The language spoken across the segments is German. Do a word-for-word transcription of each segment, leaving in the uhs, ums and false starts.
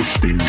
Duschbinger.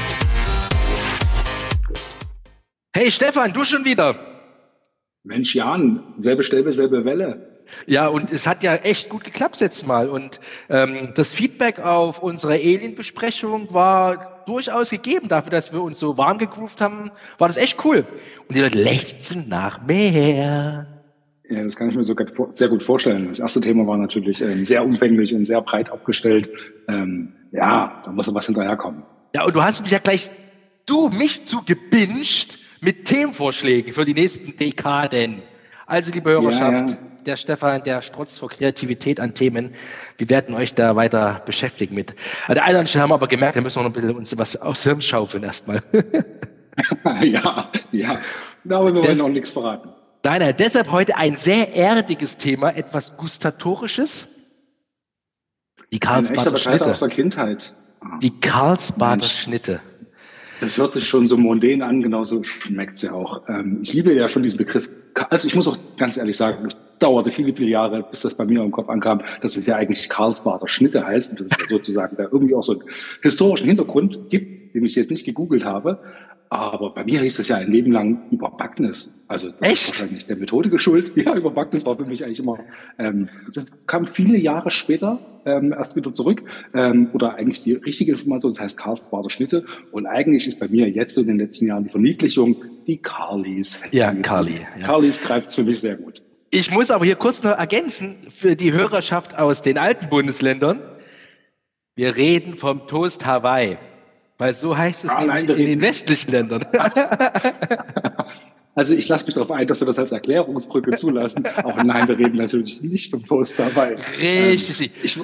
Hey Stefan, du schon wieder? Mensch, Jan, selbe Stelle, selbe Welle. Ja, und es hat ja echt gut geklappt jetzt mal. Und ähm, das Feedback auf unsere Alien-Besprechung war durchaus gegeben. Dafür, dass wir uns so warm gegroovt haben, war das echt cool. Und die Leute lechzen nach mehr. Ja, das kann ich mir sogar sehr gut vorstellen. Das erste Thema war natürlich ähm, sehr umfänglich und sehr breit aufgestellt. Ähm, ja, da muss ja was hinterherkommen. Ja, und du hast mich ja gleich, du, mich zugebinged mit Themenvorschlägen für die nächsten Dekaden. Also, liebe Hörerschaft, ja, ja. Der Stefan, der strotzt vor Kreativität an Themen. Wir werden euch da weiter beschäftigen mit. An der einen oder anderen Stelle haben wir aber gemerkt, wir müssen noch ein bisschen uns was aufs Hirn schaufeln erstmal. ja, ja. Aber wir wollen noch nichts verraten. Nein, nein, deshalb heute ein sehr erdiges Thema, etwas Gustatorisches. Die Karlsbader Schnitte. Aus der Kindheit. Ah. Die Karlsbader Mensch. Schnitte. Das hört sich schon so mondän an, genauso schmeckt sie auch. Ähm, ich liebe ja schon diesen Begriff. Also ich muss auch ganz ehrlich sagen, es dauerte viele, viele Jahre, bis das bei mir im Kopf ankam, dass es ja eigentlich Karlsbader Schnitte heißt und dass es ja sozusagen da irgendwie auch so einen historischen Hintergrund gibt, den ich jetzt nicht gegoogelt habe. Aber bei mir hieß es ja ein Leben lang Überbackenes. Also das Echt? ist wahrscheinlich der Methode geschuldet. Ja, Überbackenes war für mich eigentlich immer, ähm, das kam viele Jahre später ähm, erst wieder zurück. Ähm, oder eigentlich die richtige Information, das heißt Karlsbader Schnitte. Und eigentlich ist bei mir jetzt so in den letzten Jahren die Verniedlichung die Carlis. Ja, Carli. Ja. Carlis greift für mich sehr gut. Ich muss aber hier kurz noch ergänzen für die Hörerschaft aus den alten Bundesländern. Wir reden vom Toast Hawaii. Weil so heißt es ah, nein, in den westlichen Ländern. Also ich lasse mich darauf ein, dass wir das als Erklärungsbrücke zulassen. Auch nein, wir reden natürlich nicht vom Toast Hawaii. Richtig. Ähm, ich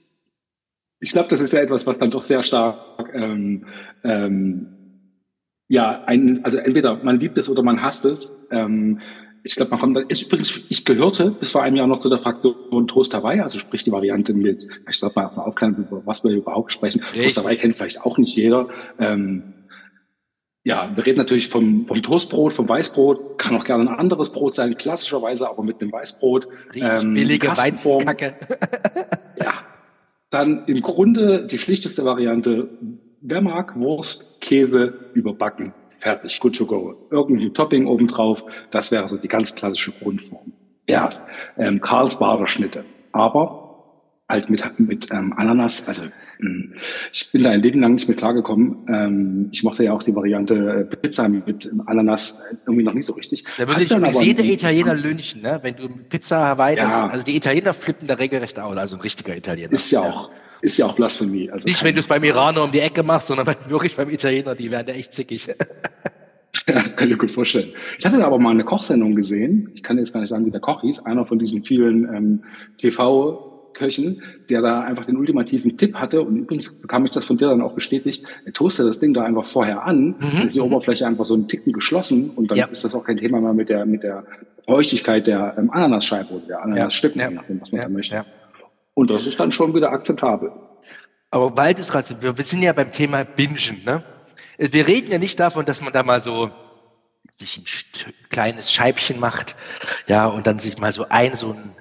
ich glaube, das ist ja etwas, was dann doch sehr stark, ähm, ähm, ja, ein, also entweder man liebt es oder man hasst es. Ähm, Ich glaube, man kommt, ich, übrigens, ich gehörte bis vor einem Jahr noch zu der Fraktion Toast Hawaii, also sprich die Variante mit, ich sollte mal erstmal aufklären, über was wir überhaupt sprechen. Richtig. Toast Hawaii kennt vielleicht auch nicht jeder. Ähm, ja, wir reden natürlich vom, vom Toastbrot, vom Weißbrot, kann auch gerne ein anderes Brot sein, klassischerweise aber mit einem Weißbrot. Richtig ähm, billige Weizenkacke. Ja, dann im Grunde die schlichteste Variante, wer mag Wurst, Käse, überbacken. Fertig, good to go. Irgendein Topping obendrauf, das wäre so die ganz klassische Grundform. Ja, ähm, Karlsbader Schnitte. Aber halt mit, mit ähm, Ananas, also mh, ich bin da ein Leben lang nicht mehr klargekommen. Ähm, ich mochte ja auch die Variante äh, Pizza mit Ananas irgendwie noch nicht so richtig. Da würde ich übrigens jeder Italiener lünchen, ne? Wenn du Pizza Hawaii, ja. das, also die Italiener flippen da regelrecht aus, also ein richtiger Italiener. Ist ja auch. Ist ja auch Blasphemie. Also nicht, wenn du es beim Iraner um die Ecke machst, sondern wirklich beim Italiener, die werden da echt zickig. Ja, kann ich gut vorstellen. Ich hatte aber mal eine Kochsendung gesehen, ich kann jetzt gar nicht sagen, wie der Koch hieß, einer von diesen vielen ähm, T V-Köchen, der da einfach den ultimativen Tipp hatte und übrigens bekam ich das von dir dann auch bestätigt, er toastet das Ding da einfach vorher an, mhm. dann ist die Oberfläche einfach so einen Ticken geschlossen und dann ja. ist das auch kein Thema mehr mit der mit der Feuchtigkeit der ähm, Ananasscheibe oder der Ananasstücken, ja. ja. was man ja. da möchte. Ja. Und das ist dann schon wieder akzeptabel. Aber weil du es gerade, wir sind ja beim Thema Bingen, ne? Wir reden ja nicht davon, dass man da mal so sich ein St- kleines Scheibchen macht, ja, und dann sich mal so ein, so ein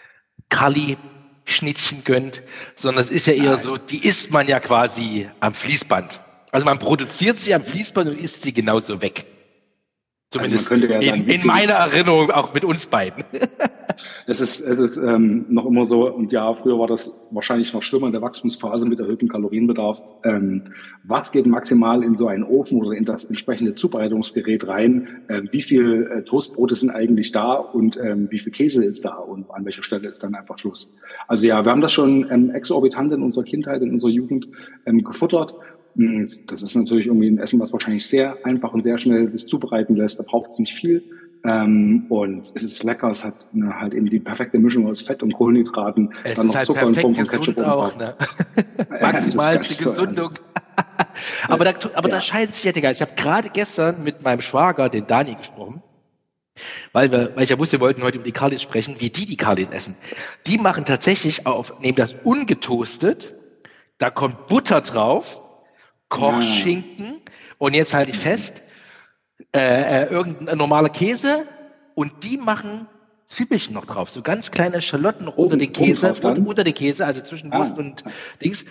Karli-Schnittchen gönnt, sondern es ist ja eher Nein. so, die isst man ja quasi am Fließband. Also man produziert sie am Fließband und isst sie genauso weg. Zumindest also ja in, sagen, in meiner Erinnerung auch mit uns beiden. Es ist, es ist ähm, noch immer so, und ja, früher war das wahrscheinlich noch schlimmer in der Wachstumsphase mit erhöhtem Kalorienbedarf. Ähm, was geht maximal in so einen Ofen oder in das entsprechende Zubereitungsgerät rein? Ähm, wie viel äh, Toastbrote sind eigentlich da und ähm, wie viel Käse ist da und an welcher Stelle ist dann einfach Schluss? Also ja, wir haben das schon ähm, exorbitant in unserer Kindheit, in unserer Jugend ähm, gefuttert. Das ist natürlich irgendwie ein Essen, was wahrscheinlich sehr einfach und sehr schnell sich zubereiten lässt. Da braucht es nicht viel. Ähm, und es ist lecker. Es hat eine, halt eben die perfekte Mischung aus Fett und Kohlenhydraten. Es dann ist noch halt Zucker in Form von gesund Ketchup auch, ne? Maximal für Gesundung. aber da, aber ja. da scheint sich ja, Digga. Ich habe gerade gestern mit meinem Schwager, den Dani, gesprochen. Weil, wir, weil ich ja wusste, wir wollten heute über die Carlis sprechen, wie die die Carlis essen. Die machen tatsächlich auf, nehmen das ungetoastet, da kommt Butter drauf, Kochschinken ja. und jetzt halte ich fest, äh, äh, irgendein normaler Käse und die machen Zwiebelchen noch drauf, so ganz kleine Schalotten unter den Käse, unter, unter den Käse, also zwischen Wurst ah. und Dings.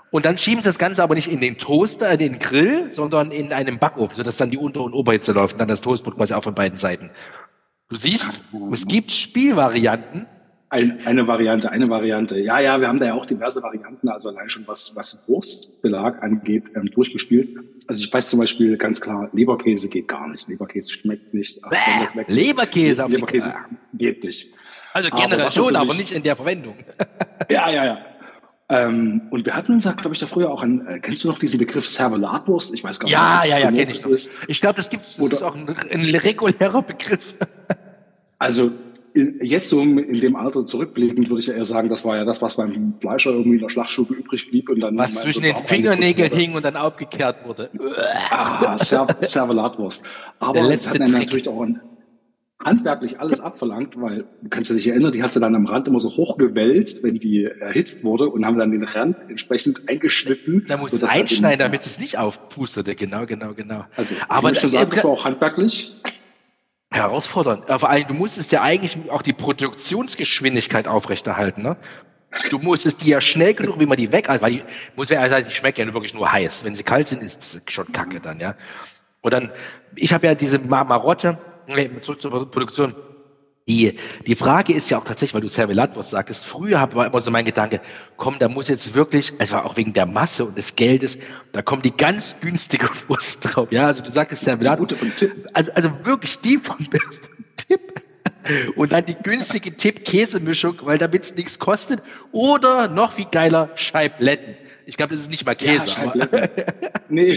Und dann schieben sie das Ganze aber nicht in den Toaster, in den Grill, sondern in einem Backofen, sodass dann die Unter- und Oberhitze läuft und dann das Toastbrot quasi auch von beiden Seiten. Du siehst, es gibt Spielvarianten. Ein, eine Variante, eine Variante. Ja, ja, wir haben da ja auch diverse Varianten, also allein schon was, was Wurstbelag angeht, ähm, durchgespielt. Also ich weiß zum Beispiel ganz klar, Leberkäse geht gar nicht. Leberkäse schmeckt nicht. Ach, Bäh, Leberkäse auf Leberkäse geht nicht. Also generell aber schon, aber nicht in der Verwendung. Ja, ja, ja. Ähm, und wir hatten uns, glaube ich, da früher auch an, äh, kennst du noch diesen Begriff Servelatwurst? Ich weiß gar nicht, ja, was ja, ja, genau kenn ich das ist. Ich glaube, das gibt's, das Oder, ist auch ein, ein regulärer Begriff. Also in, jetzt so in dem Alter zurückblickend würde ich ja eher sagen, das war ja das, was beim Fleischer irgendwie in der Schlachtstube übrig blieb und dann was zwischen so den Fingernägeln hing und dann aufgekehrt wurde. Ah, Serv Servelatwurst. Aber das hat dann natürlich auch ein, handwerklich alles abverlangt, weil, du kannst dich erinnern, die hat sie dann am Rand immer so hochgewellt, wenn die erhitzt wurde und haben dann den Rand entsprechend eingeschnitten. Da muss es einschneiden, damit es nicht aufpusterte. Genau, genau, genau. Also, aber ich schon sagen, das war auch handwerklich herausfordernd. Vor allem, du musstest ja eigentlich auch die Produktionsgeschwindigkeit aufrechterhalten, ne? Du musstest die ja schnell genug, wie man die weg, also, weil die, muss ja sagen, die schmecken ja wirklich nur heiß. Wenn sie kalt sind, ist es schon Kacke dann, ja. Und dann, ich habe ja diese Marotte, nee, zurück zur Produktion. Die, die Frage ist ja auch tatsächlich, weil du Servelatwurst sagtest, früher war immer so mein Gedanke, komm, da muss jetzt wirklich, also auch wegen der Masse und des Geldes, da kommt die ganz günstige Wurst drauf. Ja, also du sagtest Servelatwurst, also, also wirklich die vom, vom Tipp. Und dann die günstige Tipp-Käsemischung, weil damit es nichts kostet. Oder noch viel geiler, Scheibletten. Ich glaube, das ist nicht mal Käse. Ja, aber nee.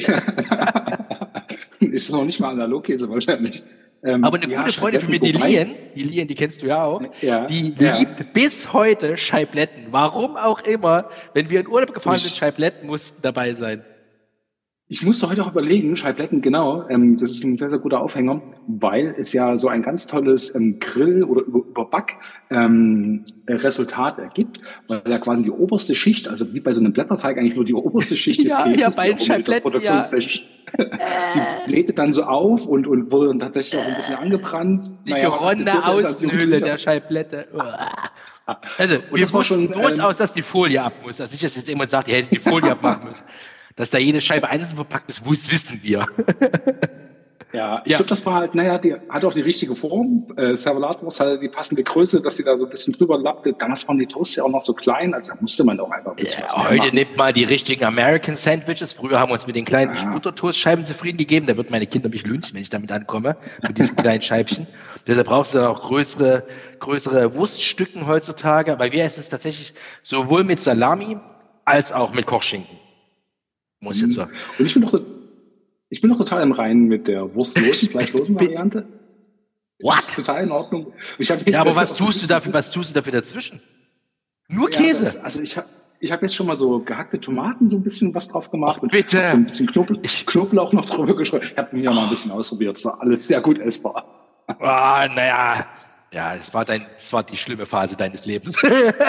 Ist noch nicht mal Analogkäse wahrscheinlich. Ähm, aber eine ja, gute Freundin von mir, die Lien, die Lien, die kennst du ja auch, ja, die ja. liebt bis heute Scheibletten. Warum auch immer, wenn wir in Urlaub gefahren sind, Scheibletten mussten dabei sein. Ich musste heute auch überlegen, Scheibletten, genau, ähm, das ist ein sehr, sehr guter Aufhänger, weil es ja so ein ganz tolles ähm, Grill- oder Überback-Resultat ähm, ergibt, weil ja quasi die oberste Schicht, also wie bei so einem Blätterteig eigentlich nur die oberste Schicht des ja, Käses, ja, bei Scheibletten, ja. Die blähte dann so auf und, und wurde dann tatsächlich auch so ein bisschen angebrannt. Die naja, geronnene Außenhülle der Scheiblette. Also, wir wussten uns ähm, aus, dass die Folie ab muss. Also nicht, dass jetzt jemand sagt, ihr hättet die Folie abmachen müssen. Dass da jede Scheibe einzeln verpackt ist, wissen wir. Ja, ich ja. glaube, das war halt, naja, die hat auch die richtige Form. Äh, Servelatwurst hatte die passende Größe, dass sie da so ein bisschen drüber lappte. Damals waren die Toasts ja auch noch so klein, also da musste man auch einfach ein bisschen ja, was Heute machen. Nimmt mal die richtigen American Sandwiches. Früher haben wir uns mit den kleinen ja. Buttertoastscheiben zufrieden gegeben. Da wird meine Kinder mich lynchen, wenn ich damit ankomme, mit diesen kleinen Scheibchen. Deshalb brauchst du dann auch größere, größere Wurststücken heutzutage. Bei mir ist es tatsächlich sowohl mit Salami als auch mit Kochschinken. Muss jetzt so. Und ich bin doch, ich bin doch total im Reinen mit der wurstlosen, fleischlosen Variante. What? Das ist total in Ordnung. Ich hab ja, aber was tust du dafür, was tust du dafür dazwischen? Nur ja, Käse? Das, also ich habe ich hab jetzt schon mal so gehackte Tomaten so ein bisschen was drauf gemacht. Och, bitte. Und so ein bisschen Knoblauch, Knoblauch noch drüber gestreut. Ich habe mir oh. mal ein bisschen ausprobiert. Es war alles sehr gut essbar. Ah, oh, naja. Ja, es war dein, es war die schlimme Phase deines Lebens.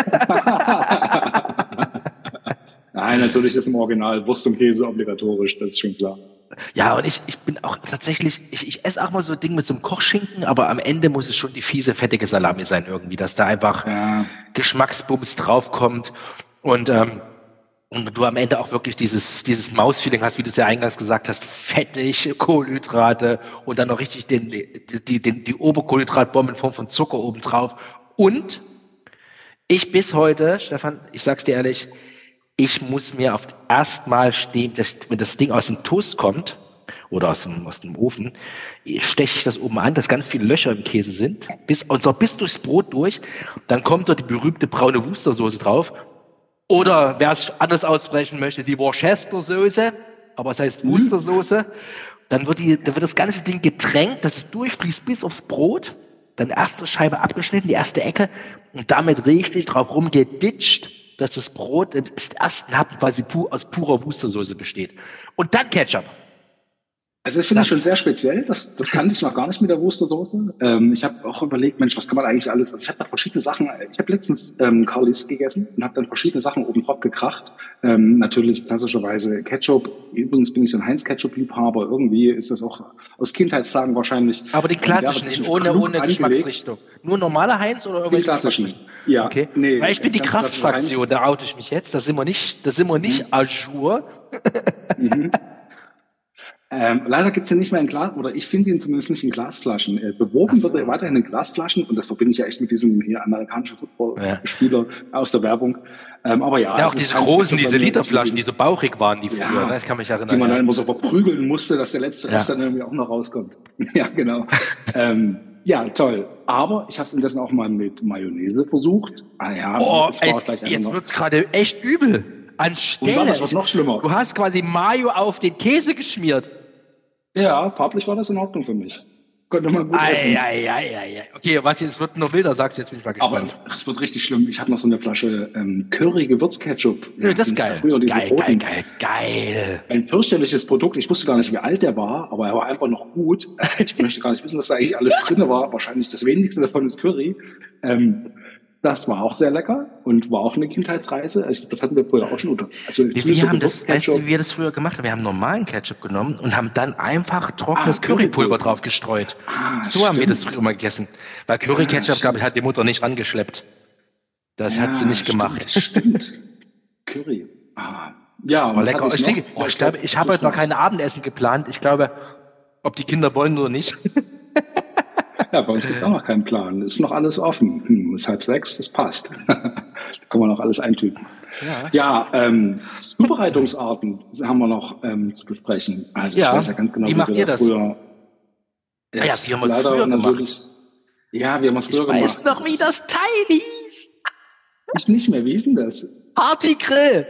Nein, natürlich ist im Original Wurst und Käse obligatorisch, das ist schon klar. Ja, und ich, ich bin auch tatsächlich, ich, ich esse auch mal so ein Ding mit so einem Kochschinken, aber am Ende muss es schon die fiese, fettige Salami sein irgendwie, dass da einfach ja. Geschmacksbums draufkommt und, ähm, und du am Ende auch wirklich dieses, dieses Mausfeeling hast, wie du es ja eingangs gesagt hast, fettig, Kohlenhydrate und dann noch richtig den, die, den, die Oberkohlenhydratbombe in Form von Zucker oben drauf. Und ich bis heute, Stefan, ich sag's dir ehrlich, ich muss mir auf erstmal stehen, dass, wenn das Ding aus dem Toast kommt oder aus dem, aus dem Ofen, steche ich das oben an, dass ganz viele Löcher im Käse sind, bis, und zwar bis durchs Brot durch. Dann kommt dort die berühmte braune Worcestersoße drauf. Oder wer es anders aussprechen möchte, die Worcestersoße, aber es heißt Worcestersoße. Dann wird, die, dann wird das ganze Ding getränkt, dass es durchfließt bis aufs Brot. Dann erste Scheibe abgeschnitten, die erste Ecke und damit richtig drauf rumgeditscht, dass das Brot im ersten Happen quasi pu- aus purer Worcestersoße besteht. Und dann Ketchup. Also das finde ich Das, schon sehr speziell. Das, das kannte ich noch gar nicht mit der Wustersoße. Ähm, ich habe auch überlegt, Mensch, was kann man eigentlich alles? Also ich habe da verschiedene Sachen. Ich habe letztens ähm, Carlis gegessen und habe dann verschiedene Sachen oben drauf gekracht. Ähm, natürlich klassischerweise Ketchup. Übrigens bin ich so ein Heinz-Ketchup-Liebhaber. Irgendwie ist das auch aus Kindheitstagen wahrscheinlich. aber den Ähm, klassischen, in, ohne, ohne Geschmacksrichtung. Nur normaler Heinz oder Den irgendwelche klassischen. Geschmacksrichtungen? Ja, Okay. nee, Weil ich bin die ganz klassischer Heinz. Kraftfraktion, da oute ich mich jetzt. Da sind wir nicht, da sind wir nicht Mhm. à jour. Mhm. Ähm, leider gibt's den nicht mehr in Glas, oder ich finde ihn zumindest nicht in Glasflaschen. Äh, beworben So. wird er weiterhin in Glasflaschen und das verbinde ich ja echt mit diesem hier amerikanischen Ja. Footballspieler aus der Werbung. Ähm, aber ja, Ja, es auch ist diese Heinz großen, Ketchup diese bei mir. Literflaschen, die so bauchig waren, die früher, Ja, ne? Ich kann mich die erinnern. man dann Ja. immer so verprügeln musste, dass der letzte Rest Ja. dann irgendwie auch noch rauskommt. Ja, genau. ähm, ja, toll. Aber ich habe es indessen auch mal mit Mayonnaise versucht. Ah ja, Oh, es ey, war vielleicht einfach jetzt noch. wird's gerade echt übel. Und dann, Anstelle, das wird noch schlimmer. du hast quasi Mayo auf den Käse geschmiert. Ja, farblich war das in Ordnung für mich. Konnte man gut essen. Ei, ei, ei, ei, ei. Okay, was jetzt wird noch wilder, sagst du, jetzt bin ich mal Aber gespannt. es wird richtig schlimm. Ich habe noch so eine Flasche ähm, Curry-Gewürzketchup. Ja, das ist den es ja geil. Früher, diesen Geil, geil, roten. geil, geil. Ein fürchterliches Produkt. Ich wusste gar nicht, wie alt der war, aber er war einfach noch gut. Äh, Ich möchte gar nicht wissen, was da eigentlich alles drin war. Wahrscheinlich das wenigste davon ist Curry. Ähm, das war auch sehr lecker und war auch eine Kindheitsreise. Also, das hatten wir früher auch schon unter. Also, Wir, zumindest so wir haben das, weißt Gewürzketchup. du, wie wir das früher gemacht haben? Wir haben normalen Ketchup genommen und haben dann einfach trockenes Ah, Currypulver Currypulver. drauf gestreut. Ah, So haben wir stimmt. das früher mal gegessen. Weil Ah, Curry-Ketchup, glaube ich, stimmt. hat die Mutter nicht rangeschleppt. Das Ja, hat sie nicht stimmt, gemacht. das stimmt. Curry. Ah, ja, und War was lecker. hatte Ich, ich denke, noch? oh, Ja, ich ich glaube, glaube, ich habe heute noch Christmas. kein Abendessen geplant. Ich glaube, ob die Kinder wollen oder nicht. Ja, bei uns gibt's auch noch keinen Plan. Ist noch alles offen. Hm, ist halb sechs, das passt. Da kann man noch alles eintüten. Ja. Ja, ähm, Zubereitungsarten haben wir noch ähm, zu besprechen. Also Ja, ich weiß ja ganz genau, wie wie macht wir ihr da das? früher. Ah ja, Es wie haben wir es leider früher natürlich. gemacht? Ja, wir haben es früher Ich weiß gemacht. noch, wie das Teil hieß. Ich nicht mehr. Wie hieß denn das? Partygrill.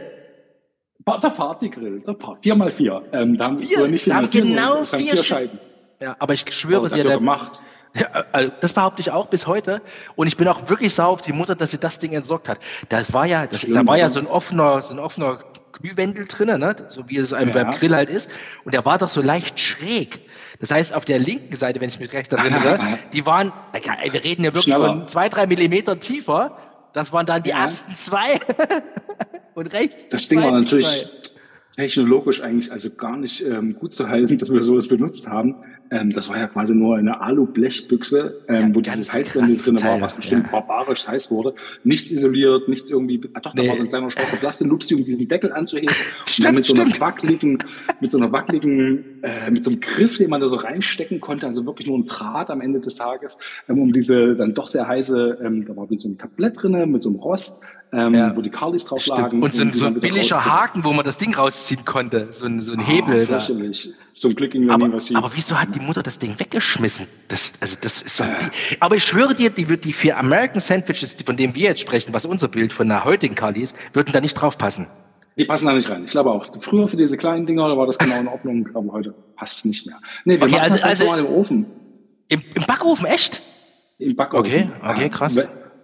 Der Partygrill. Der Part, vier mal vier. Ähm, da haben wir Vier. früher nicht vier Da haben mal vier, genau sondern es haben vier vier Stück. Scheiben. Ja, aber ich Aber schwöre dir, dafür der, gemacht. ja, also das behaupte ich auch bis heute. Und ich bin auch wirklich sauer auf die Mutter, dass sie das Ding entsorgt hat. Das war ja, das, Schlimm, da war ja oder? so ein offener, so ein offener Glühwendel drinnen, ne? So wie es einem Ja. beim Grill halt ist. Und der war doch so leicht schräg. Das heißt, auf der linken Seite, wenn ich mich recht erinnere, die waren, wir reden ja wirklich Schneller. von zwei, drei Millimeter tiefer. Das waren dann die Ja. ersten zwei. Und rechts die Das Ding war zweiten natürlich zwei. technologisch eigentlich also gar nicht ähm, gut zu heißen, dass wir sowas benutzt haben. Ähm, das war ja quasi nur eine Alu-Blechbüchse, ähm, Ja, wo ganz dieses Heizwendel krasses drin war, Teil, was bestimmt ja. barbarisch heiß wurde. Nichts isoliert, nichts irgendwie, ah, doch, da Nee. war so ein kleiner schwarzer Plastilupsi, um diesen Deckel anzuheben. Und Stimmt, dann mit so einer stimmt. wackeligen, mit so einer wackeligen, äh, mit so einem Griff, den man da so reinstecken konnte, also wirklich nur ein Draht am Ende des Tages, ähm, um diese dann doch sehr heiße, ähm, da war wie so ein Tablett drinne mit so einem Rost, ähm, Ja. wo die Carlis drauf Stimmt. lagen. Und so ein, um die so dann ein wieder billiger rauszu- Haken, wo man das Ding rausziehen konnte. So ein, so ein Ah, Hebel. Da. fürchterlich. Zum Glück ging da Aber, nie was schief. aber wieso hat die Mutter das Ding weggeschmissen? Das, also das ist doch die, aber ich schwöre dir, die, wird die vier American Sandwiches, die- von denen wir jetzt sprechen, was unser Bild von der heutigen Carlis, würden da nicht drauf passen. Die passen da nicht rein. Ich glaube auch. Früher für diese kleinen Dinger, da war das genau in Ordnung, aber heute passt es nicht mehr. Nee, wir Okay, machen also- das ganz also- normal im Ofen. Im, im Backofen, echt? Im Backofen. Okay, okay, krass.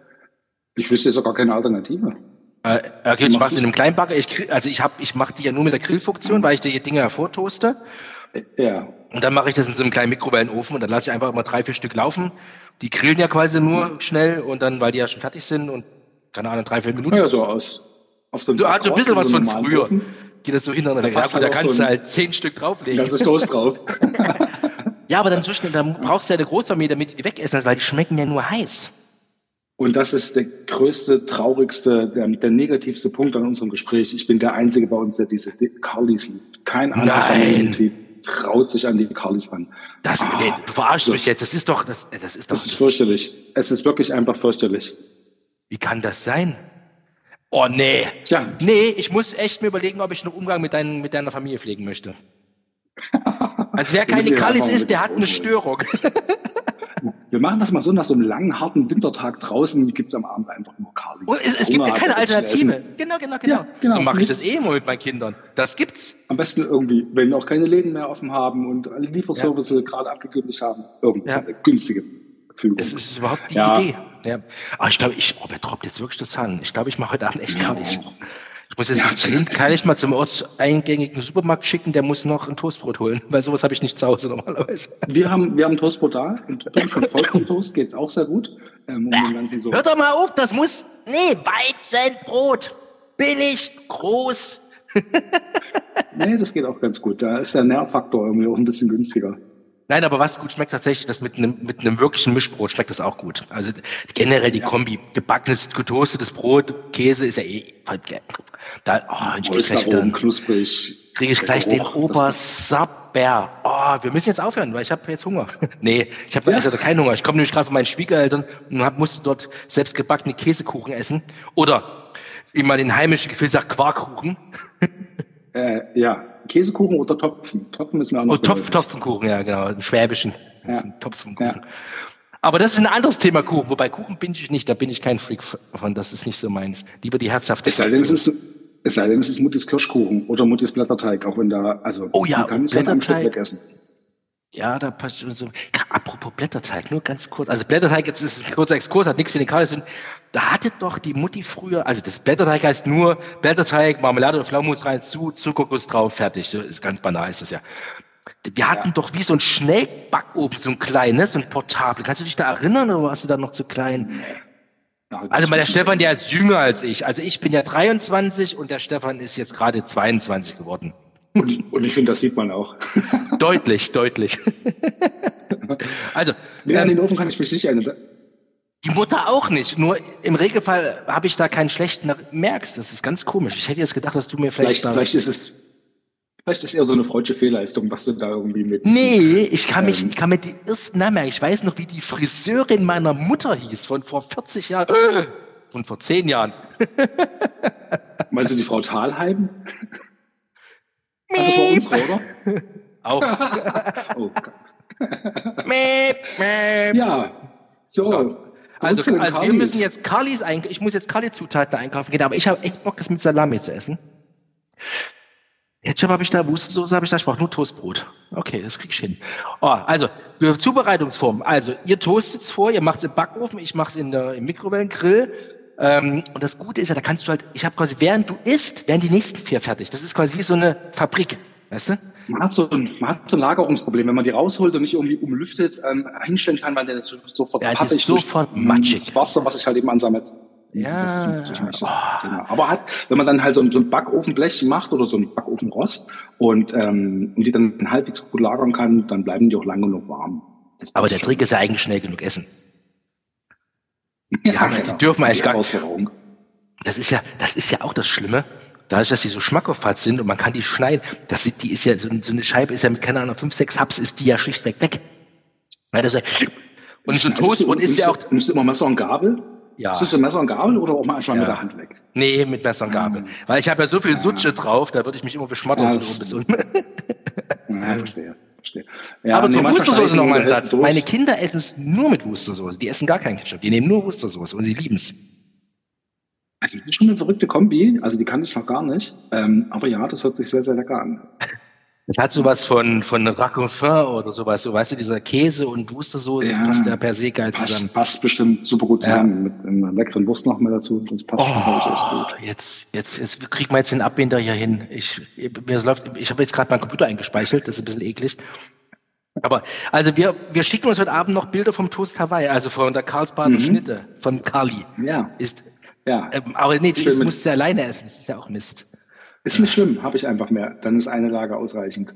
Ich wüsste jetzt auch gar keine Alternative. Äh, okay, Wie ich machst mach's in du's? einem kleinen Bagger. Ich, krieg- also ich hab, ich mache die ja nur mit der Grillfunktion, weil ich die Dinge hervortoaste. Ja. Und dann mache ich das in so einem kleinen Mikrowellenofen und dann lasse ich einfach immer drei, vier Stück laufen. Die grillen ja quasi nur schnell und dann, weil die ja schon fertig sind und keine Ahnung, drei, vier Minuten. Ja, so aus. Auf so einem Du hast so ein bisschen was so von einem normalen früher. Ofen. Geht das so hintereinander Da weg. Ja, passt gut, da halt auch kannst so du ein- halt zehn Stück Ein drauflegen. ganzes Toast drauf. Ja, aber dann so schnell, dann brauchst du ja eine Großfamilie, damit die die wegessen, weil die schmecken ja nur heiß. Und das ist der größte, traurigste, der, der negativste Punkt an unserem Gespräch. Ich bin der Einzige bei uns, der diese Carlis liebt. Kein anderes Nein. Familienmitglied traut sich an die Carlis ran. Das, Ah, nee, du verarschst so. mich jetzt. Das ist doch, das, das ist doch. Das ist fürchterlich. Es ist wirklich einfach fürchterlich. Wie kann das sein? Oh nee. Tja, Nee, ich muss echt mir überlegen, ob ich einen Umgang mit, dein, mit deiner Familie pflegen möchte. Also wer Wir keine müssen ja Kallis einfach ist, mit der hat eine uns Störung. wir machen das mal so, nach so einem langen, harten Wintertag draußen gibt's am Abend einfach nur Carlis. Und es, es gibt ja Hunger, keine hat, will Alternative. essen. Genau, genau, genau. Ja, genau. So mache ich Nichts. das eh immer mit meinen Kindern. Das gibt's. Am besten irgendwie, wenn auch keine Läden mehr offen haben und alle Lieferservice gerade abgekündigt haben, irgendwie Ja. so eine günstige Verfügung. Es ist überhaupt die Ja. Idee. Ja. Aber ich glaube, ich, oh, mir tropft jetzt wirklich das Zahn. Ich glaube, ich mache heute Abend echt Kallis. Ich muss jetzt Ja. das Kind, kann ich mal zum ortseingängigen Supermarkt schicken, der muss noch ein Toastbrot holen, weil sowas habe ich nicht zu Hause normalerweise. Wir haben, wir haben Toastbrot da und durch mit Vollkorntoast geht's auch sehr gut. Ähm, um den ganzen so. Hör doch mal auf, das muss, nee, Weizenbrot, billig, groß. Nee, das geht auch ganz gut. Da ist der Nährfaktor irgendwie auch ein bisschen günstiger. Nein, aber was gut schmeckt tatsächlich, das mit einem mit einem wirklichen Mischbrot schmeckt das auch gut. Also generell die Ja. Kombi, gebackenes, getoastetes Brot, Käse ist ja eh voll geil. Da, oh, ich krieg gleich, Röstaromen, wieder, knusprig. krieg ich gleich den Geruch, das- Obersabber. Oh, wir müssen jetzt aufhören, weil ich habe jetzt Hunger. Nee, ich habe Ja. also keinen Hunger. Ich komme nämlich gerade von meinen Schwiegereltern und hab, musste dort selbst gebackene Käsekuchen essen. Oder, wie man den heimischen Gefühl sagt, Quarkkuchen. Äh, ja, Käsekuchen oder Topfen. Topfen ist mir auch noch Oh, Topf, geläufig. Topfenkuchen, ja, genau, im Schwäbischen. Ja. Topfenkuchen. Ja. Aber das ist ein anderes Thema Kuchen. Wobei Kuchen bin ich nicht, da bin ich kein Freak von, das ist nicht so meins. Lieber die herzhafte. Es sei denn, es ist, es sei denn, es ist Muttis Kirschkuchen oder Muttis Blätterteig, auch wenn da, also, Oh ja, man kann nicht so einen Stück Blätterteig. wegessen. Ja, da passt schon so. Ja, apropos Blätterteig, nur ganz kurz. Also Blätterteig, jetzt ist ein kurzer Exkurs, hat nichts mit den Karls zu tun. Da hatte doch die Mutti früher, also das Blätterteig heißt nur Blätterteig, Marmelade oder Pflaumenmus rein, zu, Zuckerguss drauf, fertig. So ist ganz banal, ist das ja. Wir hatten Ja. doch wie so ein Schnellbackofen, so ein kleines, so ein portable. Kannst du dich da erinnern oder warst du da noch zu klein? Ja, Also mal der Stefan, der ist jünger als ich. Also ich bin ja dreiundzwanzig und der Stefan ist jetzt gerade zweiundzwanzig geworden. Und, und ich finde, das sieht man auch. Deutlich, deutlich. Also, Ja, an ähm, den Ofen kann ich mich nicht erinnern. die Mutter auch nicht. Nur im Regelfall habe ich da keinen schlechten merkst. Das ist ganz komisch. Ich hätte jetzt gedacht, dass du mir vielleicht, Vielleicht, da. vielleicht ist es, vielleicht ist eher so eine freudsche Fehlleistung, was du da irgendwie mit. Nee, ich kann mich, Ähm. ich kann mir die ersten Namen merken. Ich weiß noch, wie die Friseurin meiner Mutter hieß, von vor vierzig Jahren. Äh, von vor zehn Jahren. Meinst du die Frau Thalheim? Ah, das war unsere, oder? Auch. Oh Gott. Mäp, mäp. Ja, so. Ja. zurück Also, zu den also wir Carlis. müssen jetzt Carlis einkaufen. Ich muss jetzt Carli-Zutaten einkaufen gehen, aber ich habe echt Bock, das mit Salami zu essen. Ketchup habe ich da, Wurstsoße habe ich da, ich brauche nur Toastbrot. Okay, das krieg ich hin. Oh, also, für Zubereitungsform. Also, ihr toastet es vor, ihr macht es im Backofen, ich mache es in der, im Mikrowellengrill. Ähm, und das Gute ist ja, da kannst du halt, ich habe quasi, während du isst, werden die nächsten vier fertig. Das ist quasi wie so eine Fabrik, weißt du? Man hat, so ein, man hat so ein Lagerungsproblem. Wenn man die rausholt und nicht irgendwie umlüftet, ähm, einstellen kann, weil der so- sofort Ja, die ist pappig sofort durch matschig. das Wasser, was sich halt eben ansammelt. Ja. Das ist natürlich nicht das Thema. Aber hat, wenn man dann halt so ein, so ein Backofenblech macht oder so ein Backofenrost und, ähm, und die dann halbwegs gut lagern kann, dann bleiben die auch lange genug warm. Das Aber passt der schon. Trick ist ja eigentlich schnell genug essen. Ja, haben- die dürfen eigentlich die gar- Herausforderung. Das ist ja, das ist ja auch das Schlimme. Dadurch, dass die so schmackhaft sind und man kann die schneiden, das ist, die ist ja, so, so eine Scheibe ist ja mit, keine Ahnung, fünf, sechs Haps ist die ja schlichtweg weg. Ja, das ist ja, und so ein Toastbrot ist ja auch, Nimmst du immer Messer und Gabel? ja, Ist das so Messer und Gabel oder auch manchmal Ja. mit der Hand weg? nee, mit Messer und Gabel. Ah. Weil ich habe ja so viel Ja. Sutsche drauf, da würde ich mich immer beschmattern Ja, von das- oben bis unten. Ja, verstehe. verstehe. Ja, Aber nee, zur manchmal Wustersoße schneide noch ich mal ein nur die Satz. Hälfte durch. Meine Kinder essen es nur mit Wustersoße. Die essen gar keinen Ketchup. Die nehmen nur Wustersoße und sie lieben es. Also das ist schon eine verrückte Kombi, also die kannte ich noch gar nicht. Ähm, aber ja, das hört sich sehr, sehr lecker an. Das hat sowas von, von Raconfin oder sowas. So, weißt du, dieser Käse und Wustersoße, das Ja. passt ja per se geil zusammen. Passt, passt bestimmt super gut Ja. zusammen mit einer leckeren Wurst noch mal dazu. Das passt schon, glaub ich, echt Oh, gut. jetzt, jetzt, jetzt kriegt man jetzt den Abbinder hier hin. Ich, mir läuft, ich habe jetzt gerade meinen Computer eingespeichert, das ist ein bisschen eklig. Aber, also wir, wir schicken uns heute Abend noch Bilder vom Toast Hawaii, also von der Karlsbader Mhm. Schnitte, von Carli. Ja, Ist, ja. ähm, aber nee, das Schön mit- musst du ja alleine essen, das ist ja auch Mist. Ist nicht schlimm, habe ich einfach mehr. Dann ist eine Lage ausreichend.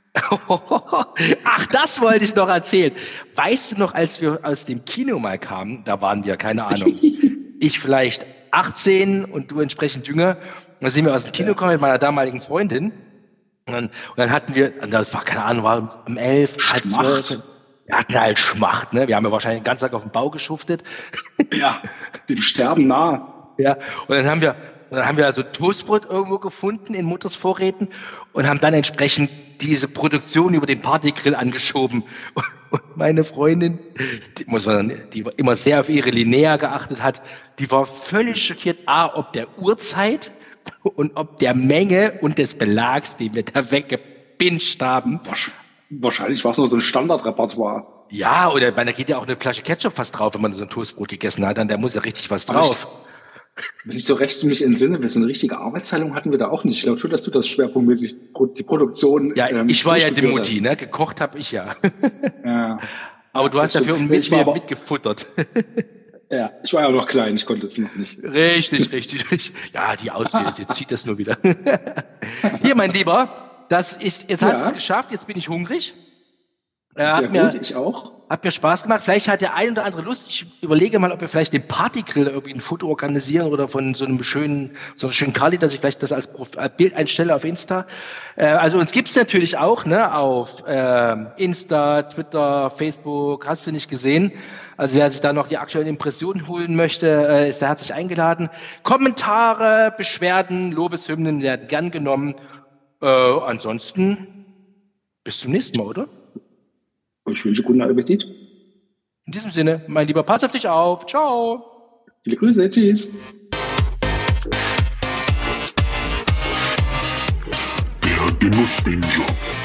Ach, das wollte ich noch erzählen. Weißt du noch, als wir aus dem Kino mal kamen, da waren wir, keine Ahnung, ich vielleicht achtzehn und du entsprechend jünger, da sind wir aus dem Kino gekommen mit meiner damaligen Freundin und dann, und dann hatten wir, und das war, keine Ahnung, war um elf, halb Schmacht. zwölf. Wir hatten halt Schmacht, ne? Wir haben ja wahrscheinlich den ganzen Tag auf dem Bau geschuftet. Ja, dem Sterben nah. Ja, und dann haben wir, und dann haben wir also Toastbrot irgendwo gefunden in Mutters Vorräten und haben dann entsprechend diese Produktion über den Partygrill angeschoben. Und meine Freundin, die muss man, die immer sehr auf ihre Linnea geachtet hat, die war völlig schockiert, a, ob der Uhrzeit und ob der Menge und des Belags, den wir da weggepinscht haben. Wasch- Wahrscheinlich war es nur so ein Standardrepertoire. Ja, oder da geht ja auch eine Flasche Ketchup fast drauf, wenn man so ein Toastbrot gegessen hat, dann da muss ja richtig was drauf. Wenn ich so recht mich entsinne, so eine richtige Arbeitsteilung hatten wir da auch nicht. Ich glaube schon, dass du das schwerpunktmäßig die Produktion. Ja, ähm, ich war ja die Mutti, ne? Gekocht habe ich ja. ja. Aber ja, du hast dafür mit mir mitgefuttert. Ja, ich war ja noch klein, ich konnte es noch nicht. Richtig, richtig, richtig. Ja, die Ausrede, jetzt zieht das nur wieder. Hier, mein Lieber, das ist, jetzt hast ja. du es geschafft, jetzt bin ich hungrig. Äh, Sehr hat gut, mir, ich auch. Hat mir Spaß gemacht. Vielleicht hat der ein oder andere Lust. Ich überlege mal, ob wir vielleicht den Partygrill irgendwie ein Foto organisieren oder von so einem schönen, so einem schönen Kali, dass ich vielleicht das als, Prof- als Bild einstelle auf Insta. Äh, also uns gibt's natürlich auch, ne, auf äh, Insta, Twitter, Facebook. Hast du nicht gesehen? Also wer sich da noch die aktuellen Impressionen holen möchte, äh, ist da herzlich eingeladen. Kommentare, Beschwerden, Lobeshymnen werden gern genommen. Äh, ansonsten bis zum nächsten Mal, oder? Ich wünsche guten Appetit. In diesem Sinne, mein Lieber, pass auf dich auf. Ciao. Viele Grüße. Tschüss. Der Genussbinge.